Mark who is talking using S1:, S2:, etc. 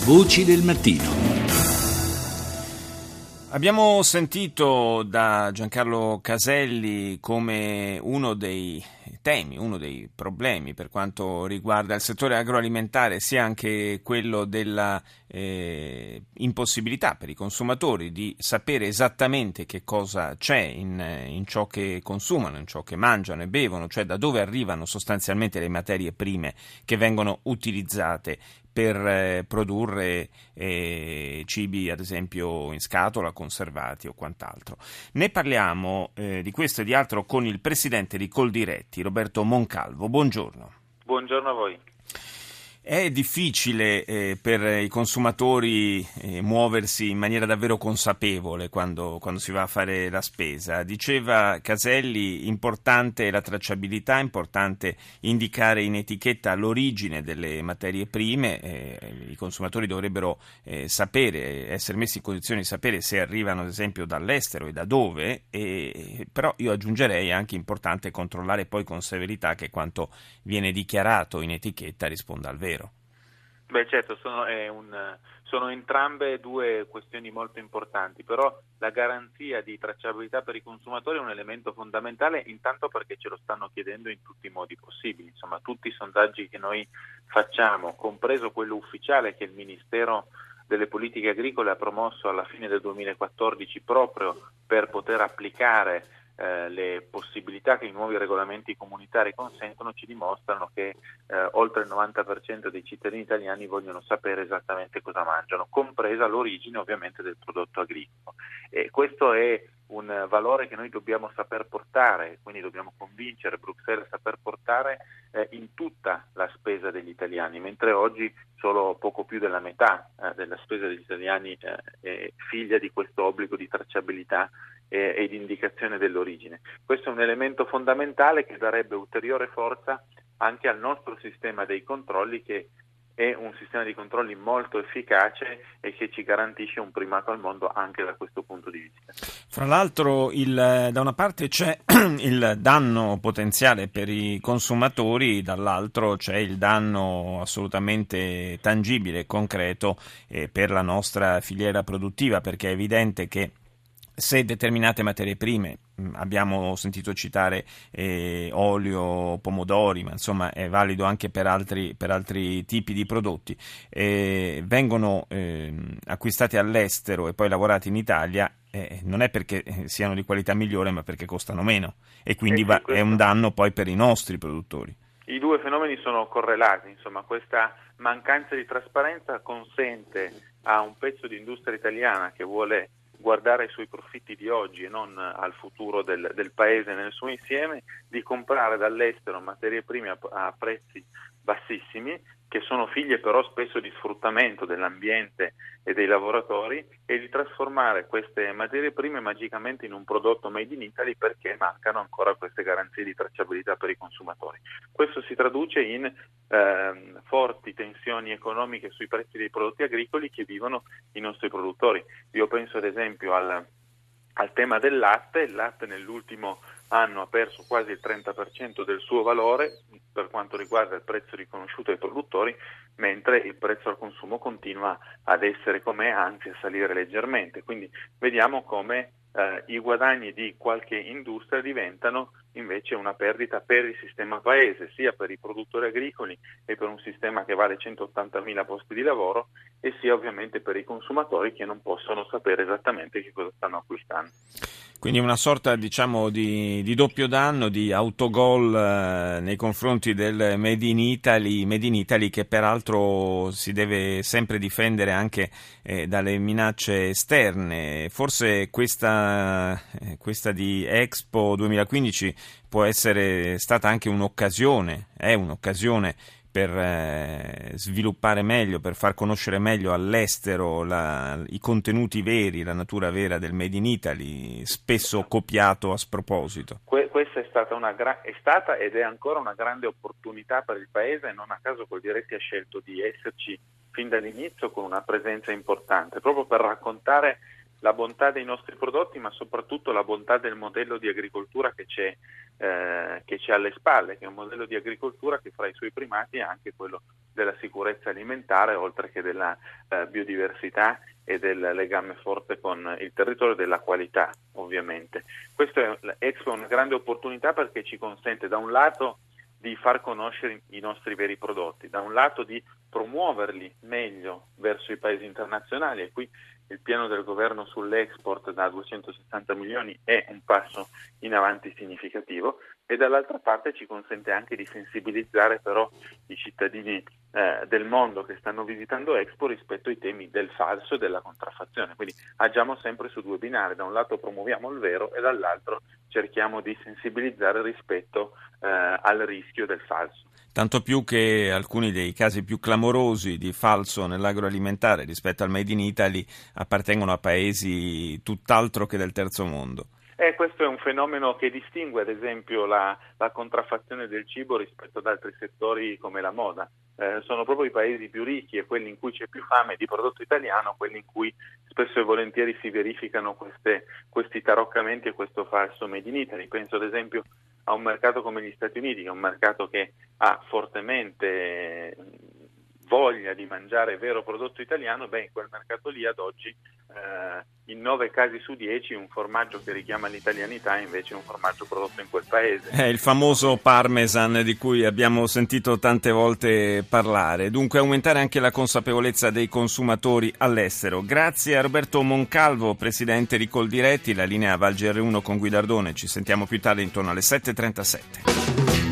S1: Voci del mattino.
S2: Abbiamo sentito da Giancarlo Caselli come uno dei temi, uno dei problemi per quanto riguarda il settore agroalimentare sia anche quello della impossibilità per i consumatori di sapere esattamente che cosa c'è in ciò che consumano, in ciò che mangiano e bevono, cioè da dove arrivano sostanzialmente le materie prime che vengono utilizzate per produrre cibi, ad esempio in scatola, conservati o quant'altro. Ne parliamo di questo e di altro con il presidente di Coldiretti, Roberto Moncalvo. Buongiorno.
S3: Buongiorno a voi.
S2: È difficile per i consumatori muoversi in maniera davvero consapevole quando si va a fare la spesa. Diceva Caselli, importante la tracciabilità, importante indicare in etichetta l'origine delle materie prime. I consumatori dovrebbero sapere, essere messi in condizione di sapere se arrivano ad esempio dall'estero e da dove, però io aggiungerei anche importante controllare poi con severità che quanto viene dichiarato in etichetta risponda al vero.
S3: Beh, certo, sono entrambe due questioni molto importanti, però la garanzia di tracciabilità per i consumatori è un elemento fondamentale, intanto perché ce lo stanno chiedendo in tutti i modi possibili. Insomma, tutti i sondaggi che noi facciamo, compreso quello ufficiale che il Ministero delle Politiche Agricole ha promosso alla fine del 2014 proprio per poter applicare le possibilità che i nuovi regolamenti comunitari consentono, ci dimostrano che oltre il 90% dei cittadini italiani vogliono sapere esattamente cosa mangiano, compresa l'origine ovviamente del prodotto agricolo. E questo è un valore che noi dobbiamo saper portare, quindi dobbiamo convincere Bruxelles a saper portare in tutta la spesa degli italiani, mentre oggi solo poco più della metà della spesa degli italiani è figlia di questo obbligo di tracciabilità e di indicazione dell'origine. Questo è un elemento fondamentale che darebbe ulteriore forza anche al nostro sistema dei controlli, che è un sistema di controlli molto efficace e che ci garantisce un primato al mondo anche da questo punto di vista.
S2: Fra l'altro da una parte c'è il danno potenziale per i consumatori, dall'altro c'è il danno assolutamente tangibile e concreto per la nostra filiera produttiva, perché è evidente che se determinate materie prime, abbiamo sentito citare olio, pomodori, ma insomma è valido anche per altri tipi di prodotti, vengono acquistati all'estero e poi lavorati in Italia, non è perché siano di qualità migliore, ma perché costano meno, e quindi è un danno poi per i nostri produttori.
S3: I due fenomeni sono correlati, insomma, questa mancanza di trasparenza consente a un pezzo di industria italiana che vuole guardare ai suoi profitti di oggi e non al futuro del paese nel suo insieme, di comprare dall'estero materie prime a prezzi bassissimi, che sono figlie però spesso di sfruttamento dell'ambiente e dei lavoratori, e di trasformare queste materie prime magicamente in un prodotto made in Italy, perché mancano ancora queste garanzie di tracciabilità per i consumatori. Questo si traduce in forti tensioni economiche sui prezzi dei prodotti agricoli che vivono i nostri produttori. Io penso ad esempio al tema del latte. Il latte nell'ultimo anno ha perso quasi il 30% del suo valore per quanto riguarda il prezzo riconosciuto ai produttori, mentre il prezzo al consumo continua ad essere com'è, anzi a salire leggermente. Quindi vediamo come i guadagni di qualche industria diventano invece una perdita per il sistema paese, sia per i produttori agricoli e per un sistema che vale 180.000 posti di lavoro, e sia ovviamente per i consumatori che non possono sapere esattamente che cosa stanno acquistando.
S2: Quindi una sorta, diciamo, di doppio danno, di autogol nei confronti del Made in Italy che peraltro si deve sempre difendere anche dalle minacce esterne. Forse questa di Expo 2015 può essere stata anche è un'occasione per sviluppare meglio, per far conoscere meglio all'estero i contenuti veri, la natura vera del Made in Italy, spesso copiato a sproposito.
S3: Questa è stata ed è ancora una grande opportunità per il Paese, e non a caso Coldiretti ha scelto di esserci fin dall'inizio con una presenza importante, proprio per raccontare la bontà dei nostri prodotti, ma soprattutto la bontà del modello di agricoltura che c'è alle spalle, che è un modello di agricoltura che fra i suoi primati è anche quello della sicurezza alimentare, oltre che della biodiversità e del legame forte con il territorio e della qualità, ovviamente. L'Expo è una grande opportunità perché ci consente da un lato di far conoscere i nostri veri prodotti, da un lato di promuoverli meglio verso i paesi internazionali, e qui il piano del governo sull'export da 260 milioni è un passo in avanti significativo, e dall'altra parte ci consente anche di sensibilizzare però i cittadini del mondo che stanno visitando Expo rispetto ai temi del falso e della contraffazione. Quindi agiamo sempre su due binari: da un lato promuoviamo il vero e dall'altro cerchiamo di sensibilizzare rispetto al rischio del falso.
S2: Tanto più che alcuni dei casi più clamorosi di falso nell'agroalimentare rispetto al Made in Italy appartengono a paesi tutt'altro che del terzo mondo.
S3: Questo è un fenomeno che distingue ad esempio la contraffazione del cibo rispetto ad altri settori come la moda. Sono proprio i paesi più ricchi e quelli in cui c'è più fame di prodotto italiano, quelli in cui spesso e volentieri si verificano questi taroccamenti e questo falso Made in Italy. Penso ad esempio a un mercato come gli Stati Uniti, che è un mercato che ha fortemente voglia di mangiare vero prodotto italiano. In quel mercato lì ad oggi in 9 casi su 10 un formaggio che richiama l'italianità invece è un formaggio prodotto in quel paese.
S2: È il famoso Parmesan di cui abbiamo sentito tante volte parlare. Dunque aumentare anche la consapevolezza dei consumatori all'estero. Grazie a Roberto Moncalvo, presidente di Coldiretti. La linea Val GR1 con Guidardone. Ci sentiamo più tardi intorno alle 7:37.